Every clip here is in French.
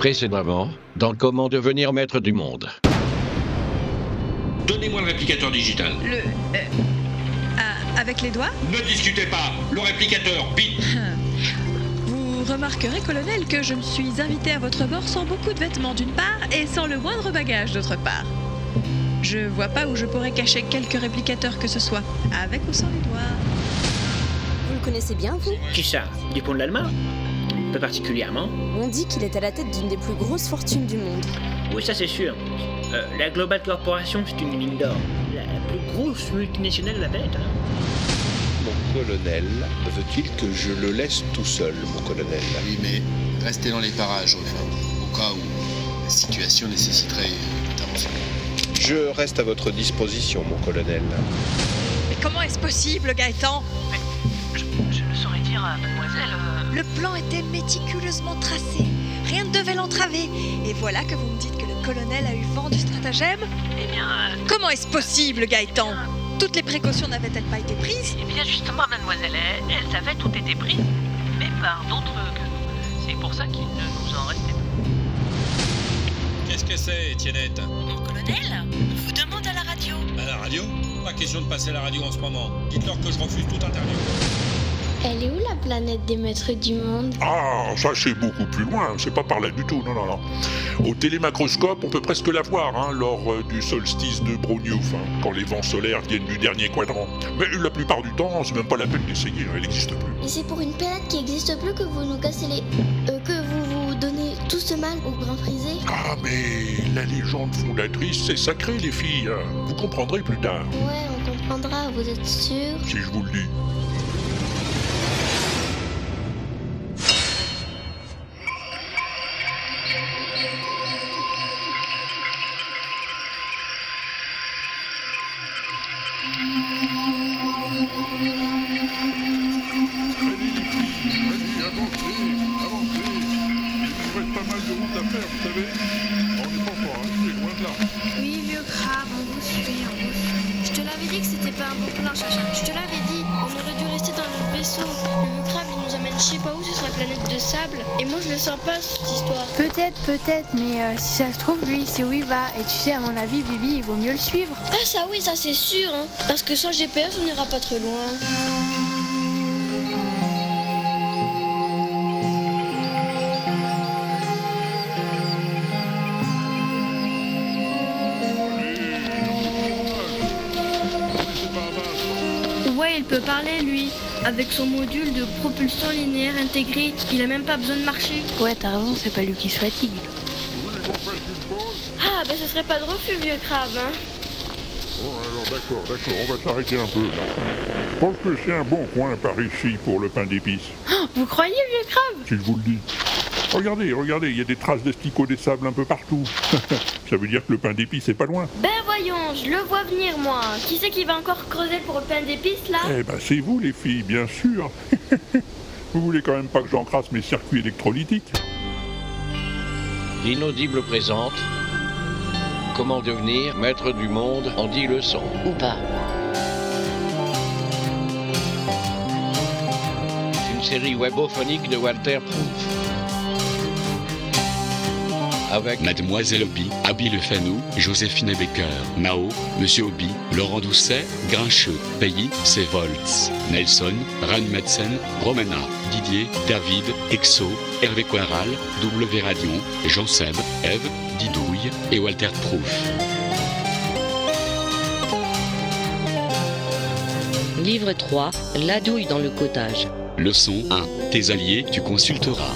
Précédemment, dans Comment devenir maître du monde. Donnez-moi le réplicateur digital. Avec les doigts ? Ne discutez pas. Le réplicateur, vite. Vous remarquerez, colonel, que je me suis invité à votre bord sans beaucoup de vêtements d'une part et sans le moindre bagage d'autre part. Je vois pas où je pourrais cacher quelques réplicateurs que ce soit, avec ou sans les doigts. Vous le connaissez bien, vous ? Qui ça ? Dupont de l'Alma ? Pas particulièrement. On dit qu'il est à la tête d'une des plus grosses fortunes du monde. Oui, ça c'est sûr. La Global Corporation, c'est une mine d'or. La plus grosse multinationale de la planète. Mon colonel veut-il que je le laisse tout seul, mon colonel ? Oui, mais restez dans les parages, au cas où la situation nécessiterait une intervention. Je reste à votre disposition, mon colonel. Mais comment est-ce possible, Gaëtan ? Je ne saurais dire à mademoiselle... Le plan était méticuleusement tracé. Rien ne devait l'entraver. Et voilà que vous me dites que le colonel a eu vent du stratagème ? Eh bien... Comment est-ce possible, Gaëtan ? Toutes les précautions n'avaient-elles pas été prises ? Eh bien, justement, mademoiselle, elles avaient toutes été prises, mais par d'autres que nous. C'est pour ça qu'il ne nous en restait pas. Qu'est-ce que c'est, Étiennette ? Mon colonel, on vous demande à la radio. À la radio ? Pas question de passer à la radio en ce moment. Dites-leur que je refuse toute interview. Elle est où la planète des maîtres du monde ? Ah, ça c'est beaucoup plus loin, c'est pas par là du tout, non. Au télémacroscope, on peut presque la voir, lors du solstice de Brognouf, quand les vents solaires viennent du dernier quadrant. Mais la plupart du temps, c'est même pas la peine d'essayer, elle n'existe plus. Et c'est pour une planète qui n'existe plus que vous nous cassez les... que vous donnez tout ce mal au grain frisé ? Ah, mais la légende fondatrice, c'est sacré, les filles. Vous comprendrez plus tard. Ouais, on comprendra, vous êtes sûrs ? Si je vous le dis. Oui, vieux crabe, on vous suit. Je te l'avais dit que c'était pas un bon plan, Chacha. Je te l'avais dit, on aurait dû rester dans le vaisseau. Le vieux crabe, il nous amène je sais pas où, sur la planète de sable. Et moi, je le sens pas, cette histoire. Peut-être, mais si ça se trouve, lui, il sait où il va. Et tu sais, à mon avis, Bibi, il vaut mieux le suivre. Ah, ça oui, ça c'est sûr, Parce que sans GPS, on n'ira pas très loin. Ouais, il peut parler, lui. Avec son module de propulsion linéaire intégré, il a même pas besoin de marcher. Ouais, t'as raison, c'est pas lui qui se fatigue. Ah, ben ce serait pas de refus, vieux crabe, Bon, alors d'accord, on va s'arrêter un peu, là. Je pense que c'est un bon coin par ici pour le pain d'épices. Oh, vous croyez, vieux crabe ? Si je vous le dis. Regardez, il y a des traces d'esticots des sables un peu partout. Ça veut dire que le pain d'épices est pas loin. Ben voyons, je le vois venir, moi. Qui c'est qui va encore creuser pour le pain d'épices, là ? Eh ben, c'est vous, les filles, bien sûr. Vous voulez quand même pas que j'encrasse mes circuits électrolytiques ? L'inaudible présente Comment devenir maître du monde en 10 leçons. Ou pas. Une série webophonique de Walter Proof. Avec Mademoiselle Obi, Abby Le Fanu, Joséphine Baker, Mao, Monsieur Obi, Laurent Doucet, Grincheux, Payy, C'est Volts, Nelson, Ran Metzen, Romana, Didier, David, Exo, Hervé Coiral, W Radion, Jean Seb, Eve, Didouille et Walter Proof. Livre 3, La douille dans le cottage. Leçon 1. Tes alliés, tu consulteras.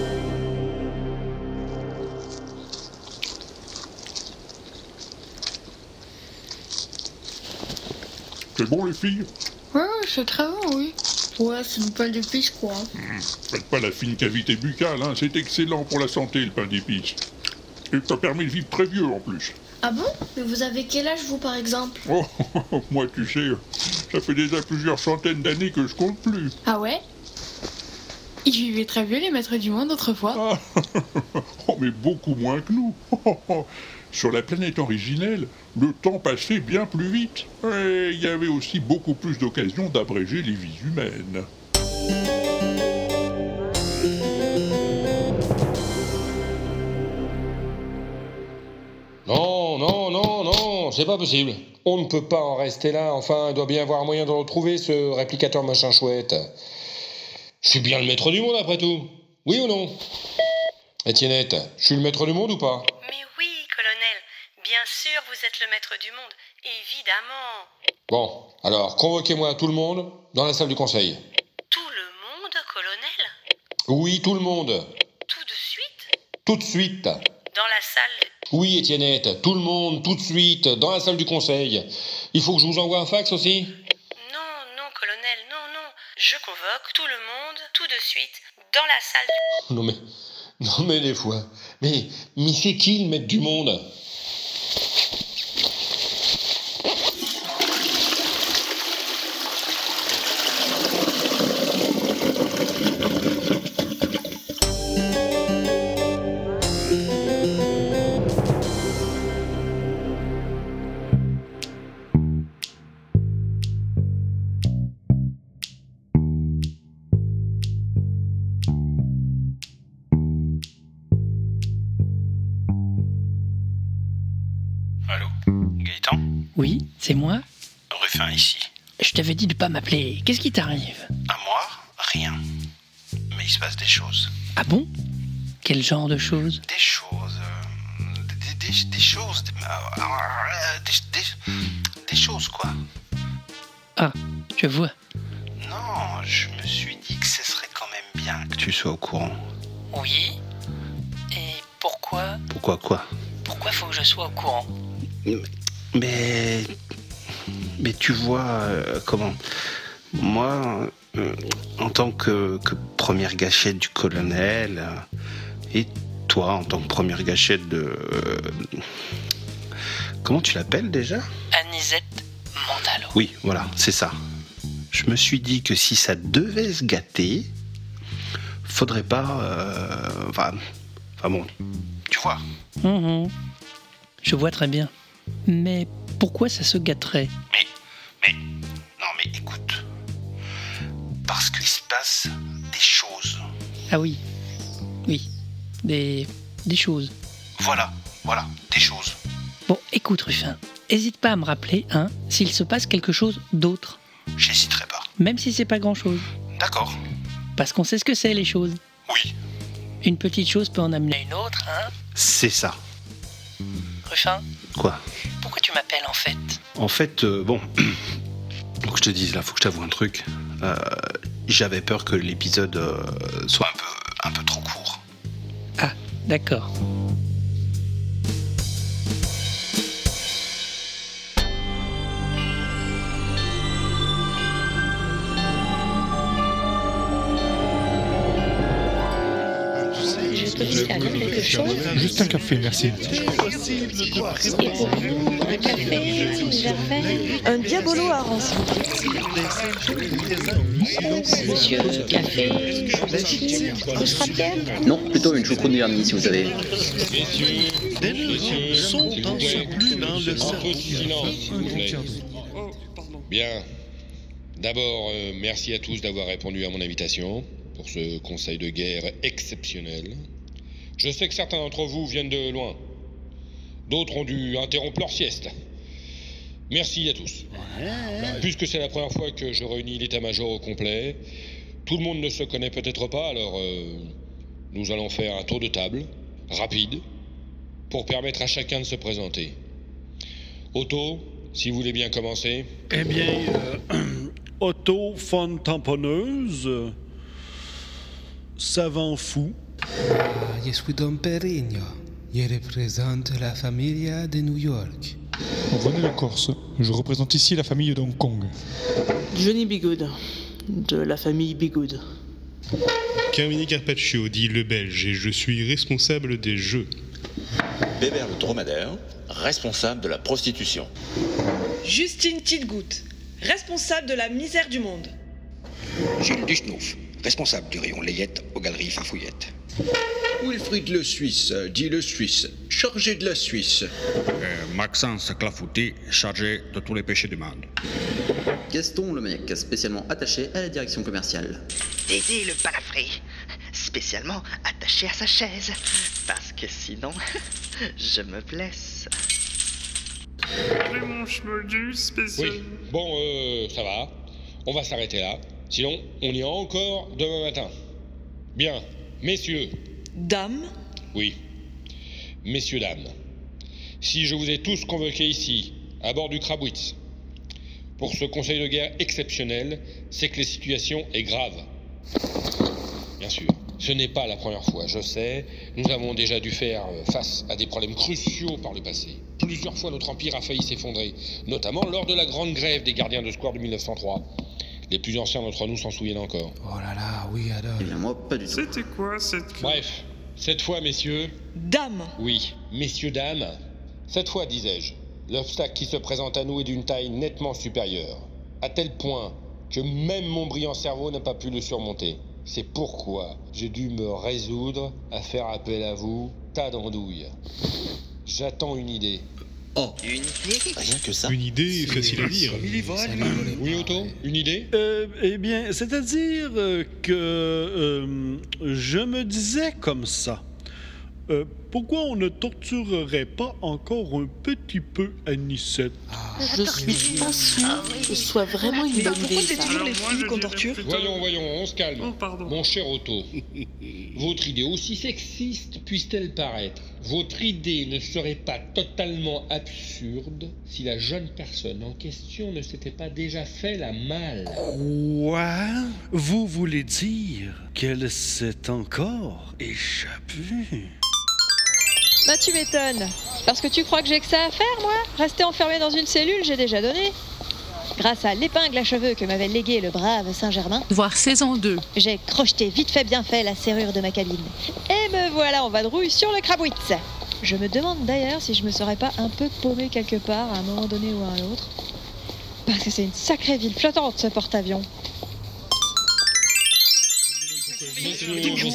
C'est bon, les filles ? Ouais, c'est très bon, oui. Ouais, c'est du pain d'épices, quoi. Faites pas la fine cavité buccale, c'est excellent pour la santé, le pain d'épices. Et ça permet de vivre très vieux, en plus. Ah bon ? Mais vous avez quel âge, vous, par exemple ? Oh, moi, tu sais, ça fait déjà plusieurs centaines d'années que je compte plus. Ah ouais ? Ils vivaient très vieux, les maîtres du monde, autrefois. Oh, mais beaucoup moins que nous. Sur la planète originelle, le temps passait bien plus vite. Et il y avait aussi beaucoup plus d'occasions d'abréger les vies humaines. c'est pas possible. On ne peut pas en rester là. Enfin, il doit bien avoir un moyen de le retrouver, ce réplicateur machin chouette. Je suis bien le maître du monde, après tout. Oui ou non? Étiennette, je suis le maître du monde ou pas? Mais oui, colonel. Bien sûr, vous êtes le maître du monde. Évidemment. Bon, alors, convoquez-moi tout le monde dans la salle du conseil. Tout le monde, colonel? Oui, tout le monde. Tout de suite? Tout de suite. Dans la salle? Oui, Étiennette, tout le monde, tout de suite, dans la salle du conseil. Il faut que je vous envoie un fax aussi? Non, colonel, non. Je convoque tout le monde, tout de suite, dans la salle. Non mais des fois. Mais c'est qui le maître du monde? Allô, Gaëtan? Oui, c'est moi. Ruffin ici. Je t'avais dit de pas m'appeler. Qu'est-ce qui t'arrive? À moi? Rien. Mais il se passe des choses. Ah bon? Quel genre de choses? Des choses... Des choses... Des choses, quoi. Ah, je vois. Non, je me suis dit que ce serait quand même bien que tu sois au courant. Oui? Et pourquoi? Pourquoi quoi? Pourquoi faut que je sois au courant? Mais tu vois, comment... Moi, en tant que première gâchette du colonel, et toi, en tant que première gâchette de... comment tu l'appelles déjà? Anisette Mandalo. Oui, voilà, c'est ça. Je me suis dit que si ça devait se gâter, faudrait pas... Enfin bon, tu vois. Je vois très bien. Mais pourquoi ça se gâterait? Mais écoute. Parce qu'il se passe des choses. Ah oui. Oui. Des choses. Voilà, des choses. Bon, écoute Ruffin, hésite pas à me rappeler, s'il se passe quelque chose d'autre. J'hésiterai pas. Même si c'est pas grand-chose. D'accord. Parce qu'on sait ce que c'est, les choses. Oui. Une petite chose peut en amener une autre, C'est ça. Ruffin? Quoi? Pourquoi tu m'appelles, en fait? En fait, bon... Faut que je te dise, là, faut que je t'avoue un truc. J'avais peur que l'épisode soit un peu trop court. Ah, d'accord. Quelque chose? Juste un café, merci. Et pour vous, un café, un verre? Un diabolo à ranci. Monsieur, café, vous sera bien? Non, plutôt une choucroute de vernis, si vous savez. Messieurs, sont en surplus dans le silence. Bien. D'abord, merci à tous d'avoir répondu à mon invitation pour ce conseil de guerre exceptionnel. Je sais que certains d'entre vous viennent de loin. D'autres ont dû interrompre leur sieste. Merci à tous. Puisque c'est la première fois que je réunis l'état-major au complet, tout le monde ne se connaît peut-être pas, alors nous allons faire un tour de table, rapide, pour permettre à chacun de se présenter. Otto, si vous voulez bien commencer. Eh bien, Otto von Tamponneuse, savant fou. Je suis Don Perigno. Je représente la famille de New York. René de Corse. Je représente ici la famille d'Hong Kong. Johnny Bigood, de la famille Bigood. Carmine Carpaccio, dit le Belge, et je suis responsable des jeux. Bébert le dromadaire, responsable de la prostitution. Justine Titgoutte, responsable de la misère du monde. Gilles Duchenouf, responsable du rayon layette aux galeries Farfouillette. Wilfried le Suisse, dit le Suisse, chargé de la Suisse. Maxence Clafouty, chargé de tous les péchés du monde. Gaston le mec, spécialement attaché à la direction commerciale. Dédé le balafré, spécialement attaché à sa chaise, parce que sinon, je me blesse. Après mon schmoldu spécial. Oui, bon, ça va. On va s'arrêter là. Sinon, on y est encore demain matin. Bien, messieurs. Dames. Oui, messieurs, dames. Si je vous ai tous convoqués ici, à bord du Crabwitz, pour ce conseil de guerre exceptionnel, c'est que la situation est grave. Bien sûr, ce n'est pas la première fois, je sais. Nous avons déjà dû faire face à des problèmes cruciaux par le passé. Plusieurs fois, notre empire a failli s'effondrer, notamment lors de la grande grève des gardiens de Square de 1903. Les plus anciens d'entre nous s'en souviennent encore. Oh là là, oui alors. Eh bien moi, pas du tout. C'était quoi cette... Bref, cette fois, messieurs... Dames. Oui, messieurs, dames, cette fois, disais-je, l'obstacle qui se présente à nous est d'une taille nettement supérieure, à tel point que même mon brillant cerveau n'a pas pu le surmonter. C'est pourquoi j'ai dû me résoudre à faire appel à vous, tas d'andouilles. J'attends une idée. Oh, une idée? Rien que ça. Une idée facile à dire. Oui, Otto, une idée? Eh bien, c'est-à-dire que je me disais comme ça. Pourquoi on ne torturerait pas encore un petit peu Anicette? Je suis pas sûr que ce soit vraiment une bonne idée. Pourquoi c'est toujours les filles qu'on torture? Voyons, on se calme. Oh, pardon. Mon cher Otto, votre idée, aussi sexiste puisse-t-elle paraître, votre idée ne serait pas totalement absurde si la jeune personne en question ne s'était pas déjà fait la malle. Quoi? Vous voulez dire qu'elle s'est encore échappée? Bah tu m'étonnes. Parce que tu crois que j'ai que ça à faire, moi? Rester enfermé dans une cellule, j'ai déjà donné. Grâce à l'épingle à cheveux que m'avait légué le brave Saint-Germain, Voir saison 2. j'ai crocheté vite fait bien fait la serrure de ma cabine. Et me voilà en vadrouille sur le Crabwitz. Je me demande d'ailleurs si je me serais pas un peu paumé quelque part à un moment donné ou à un autre. Parce que c'est une sacrée ville flottante, ce porte-avions. Messieurs, dames, je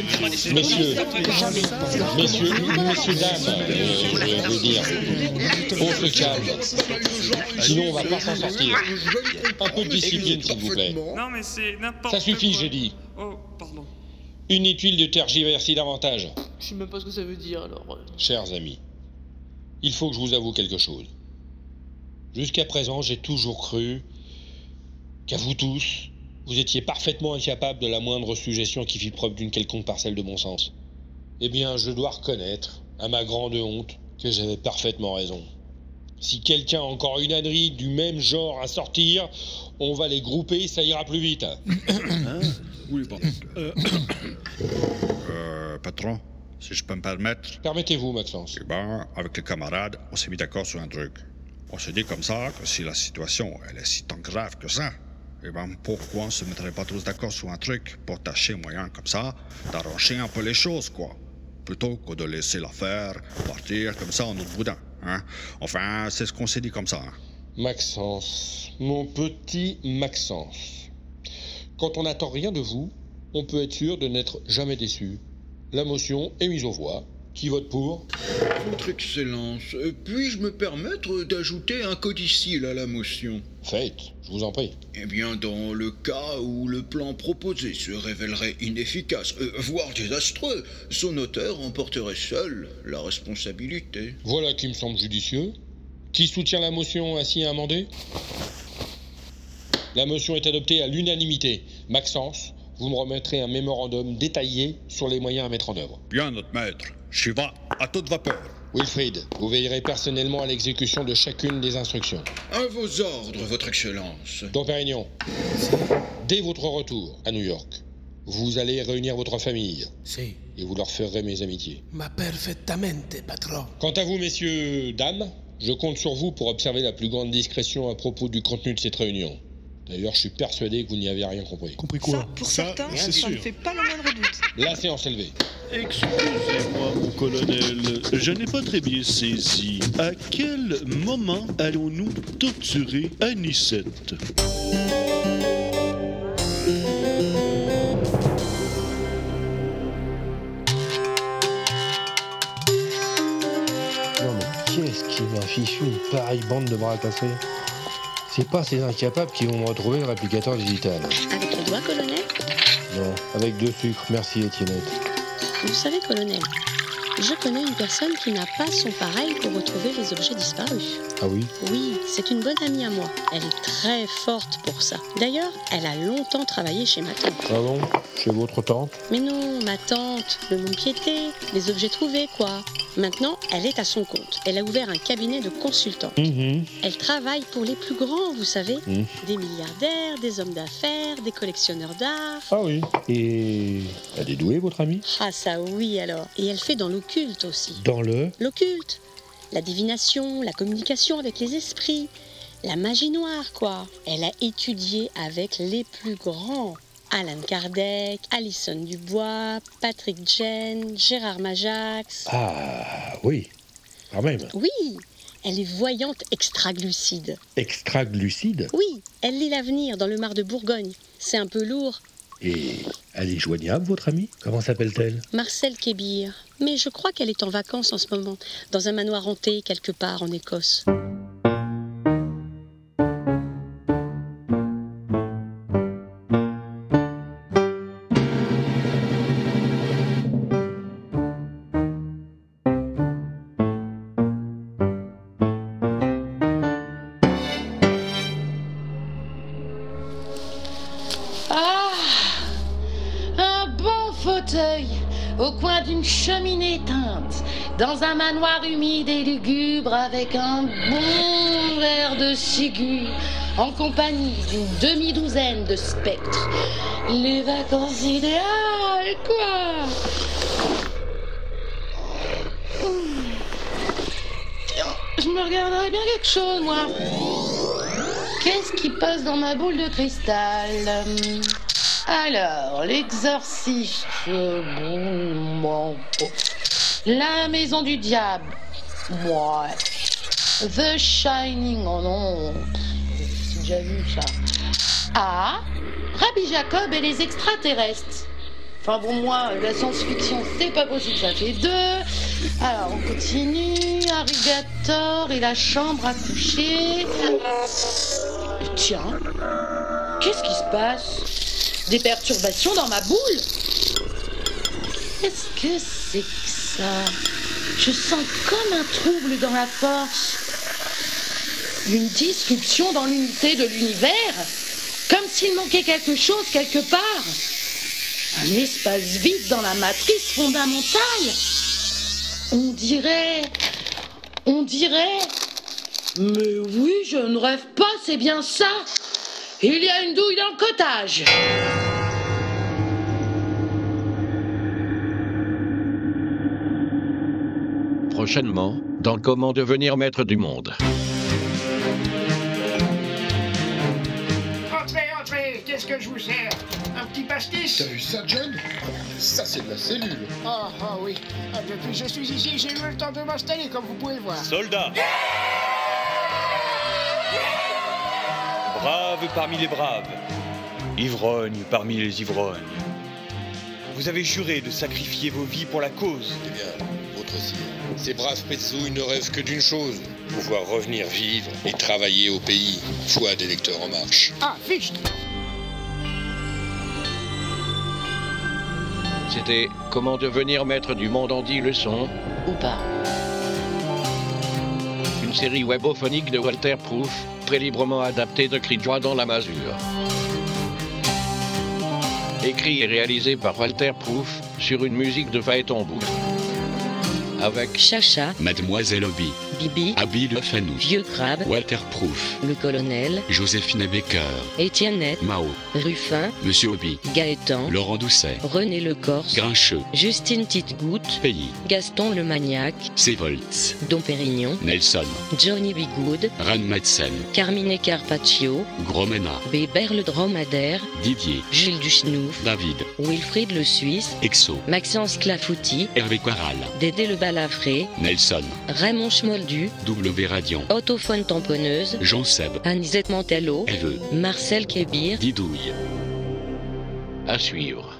veux dire, on se calme. Sinon, on va pas s'en sortir. Un peu de discipline, s'il vous plaît. Non, mais c'est n'importe quoi. Ça suffit, j'ai dit. Oh, pardon. Inutile de tergiverser davantage. Je sais même pas ce que ça veut dire alors. Chers amis, il faut que je vous avoue quelque chose. Jusqu'à présent, j'ai toujours cru qu'à vous tous, vous étiez parfaitement incapable de la moindre suggestion qui fit preuve d'une quelconque parcelle de bon sens. Eh bien, je dois reconnaître, à ma grande honte, que j'avais parfaitement raison. Si quelqu'un a encore une ânerie du même genre à sortir, on va les grouper, ça ira plus vite. Oui, pardon. Patron, si je peux me permettre... Permettez-vous, Maxence. Eh ben, avec les camarades, on s'est mis d'accord sur un truc. On s'est dit comme ça que si la situation, elle est si tant grave que ça, eh ben, pourquoi on ne se mettrait pas tous d'accord sur un truc pour tâcher moyen comme ça, d'arranger un peu les choses, quoi. Plutôt que de laisser l'affaire partir comme ça en autre boudin, hein. Enfin, c'est ce qu'on s'est dit comme ça, hein. Maxence, mon petit Maxence. Quand on n'attend rien de vous, on peut être sûr de n'être jamais déçu. La motion est mise aux voix. Qui vote pour? Votre Excellence, puis-je me permettre d'ajouter un codicile à la motion? Faites, je vous en prie. Eh bien, dans le cas où le plan proposé se révélerait inefficace, voire désastreux, son auteur emporterait seul la responsabilité. Voilà qui me semble judicieux. Qui soutient la motion ainsi amendée? La motion est adoptée à l'unanimité. Maxence, vous me remettrez un mémorandum détaillé sur les moyens à mettre en œuvre. Bien, notre maître. Shiva, à toute vapeur. Wilfrid, vous veillerez personnellement à l'exécution de chacune des instructions. À vos ordres, Votre Excellence. Dom Pérignon, dès votre retour à New York, vous allez réunir votre famille. Si. Et vous leur ferez mes amitiés. Ma perfettamente, patron. Quant à vous, messieurs, dames, je compte sur vous pour observer la plus grande discrétion à propos du contenu de cette réunion. D'ailleurs, je suis persuadé que vous n'y avez rien compris. Compris quoi? Ça, pour certains, ça ne fait pas le moindre doute. La séance est levée. Excusez-moi, mon colonel, je n'ai pas très bien saisi. À quel moment allons-nous torturer Anicette? Non mais qu'est-ce qui m'a fichu une pareille bande de bras cassés? C'est pas ces incapables qui vont me retrouver le réplicateur digital. Avec le doigt, colonel? Non, avec 2 sucres, merci Étiennette. Vous savez, colonel, Je connais une personne qui n'a pas son pareil pour retrouver les objets disparus. Ah oui? Oui, c'est une bonne amie à moi. Elle est très forte pour ça. D'ailleurs, elle a longtemps travaillé chez ma tante. Ah bon? Chez votre tante? Mais non, ma tante, le mont-piété, les objets trouvés, quoi. Maintenant, elle est à son compte. Elle a ouvert un cabinet de consultants. Elle travaille pour les plus grands, vous savez. Des milliardaires, des hommes d'affaires, des collectionneurs d'art. Ah oui. Et elle est douée, votre amie? Ah ça oui alors. Et elle fait dans l'occulte aussi. Dans le? L'occulte. La divination, la communication avec les esprits. La magie noire, quoi. Elle a étudié avec les plus grands. Alan Kardec, Alison Dubois, Patrick Jen, Gérard Majax. Ah oui, quand même. Oui, elle est voyante extraglucide. Extraglucide? Oui, elle lit l'avenir dans le Mar de Bourgogne. C'est un peu lourd. Et elle est joignable, votre amie? Comment s'appelle-t-elle? Marcel Kébir. Mais je crois qu'elle est en vacances en ce moment, dans un manoir hanté quelque part en Écosse. Au coin d'une cheminée éteinte, dans un manoir humide et lugubre, avec un bon verre de ciguë, en compagnie d'une demi-douzaine de spectres. Les vacances idéales, quoi. Je me regarderais bien quelque chose, moi. Qu'est-ce qui passe dans ma boule de cristal? Alors, l'exorciste, la maison du diable, ouais. The Shining, oh non, j'ai déjà vu ça. Ah, Rabbi Jacob et les extraterrestres. Enfin bon, moi, la science-fiction, c'est pas possible, ça fait 2. Alors, on continue, Arigator et la chambre à coucher. Tiens, qu'est-ce qui se passe? Des perturbations dans ma boule? Qu'est-ce que c'est que ça? Je sens comme un trouble dans la force. Une disruption dans l'unité de l'univers. Comme s'il manquait quelque chose quelque part. Un espace vide dans la matrice fondamentale. On dirait... Mais oui, je ne rêve pas, c'est bien ça. Il y a une douille dans le cottage. Prochainement, dans Comment devenir maître du monde. Entrez, qu'est-ce que je vous sers? Un petit pastis? T'as vu ça, John? Ça, c'est de la cellule. Ah oui. Depuis que je suis ici, j'ai eu le temps de m'installer, comme vous pouvez le voir. Soldats! Braves parmi les braves, ivrognes parmi les ivrognes. Vous avez juré de sacrifier vos vies pour la cause. Eh bien, votre sire, ces braves petzouilles ne rêvent que d'une chose, pouvoir revenir vivre et travailler au pays, foi des lecteurs en marche. Ah, fichte! C'était Comment devenir maître du monde en 10 leçons, ou pas. Une série webophonique de Walter Proof, très librement adaptée de Cris de joie dans la masure. Écrit et réalisé par Walter Proof sur une musique de Phaéton-Bouc. Avec Chacha, Mademoiselle Obi, Bibi, Abby Le Fanou, Vieux Crabe, Walter Proof, le colonel, Joséphine Baker, Étiennette, Mao, Ruffin, Monsieur Obi, Gaëtan, Laurent Doucet, René Le Corse, Grincheux, Justine Tite-Goutte, Pays, Gaston Le Maniac, Sévoltz, Dom Pérignon, Nelson, Johnny B. Good, Ran Madsen, Carmine Carpaccio, Gromena, Bébert le Dromadaire, Didier, Jules Duchenouf, David, Wilfried le Suisse, Exo, Maxence Clafouty, Hervé Quaral, Dédé le Balafré, Nelson, Raymond Schmoldu, W Radion, Autophone Tamponneuse, Jean Seb, Anisette Mantello, Eve, Marcel Kébir, Didouille. à suivre.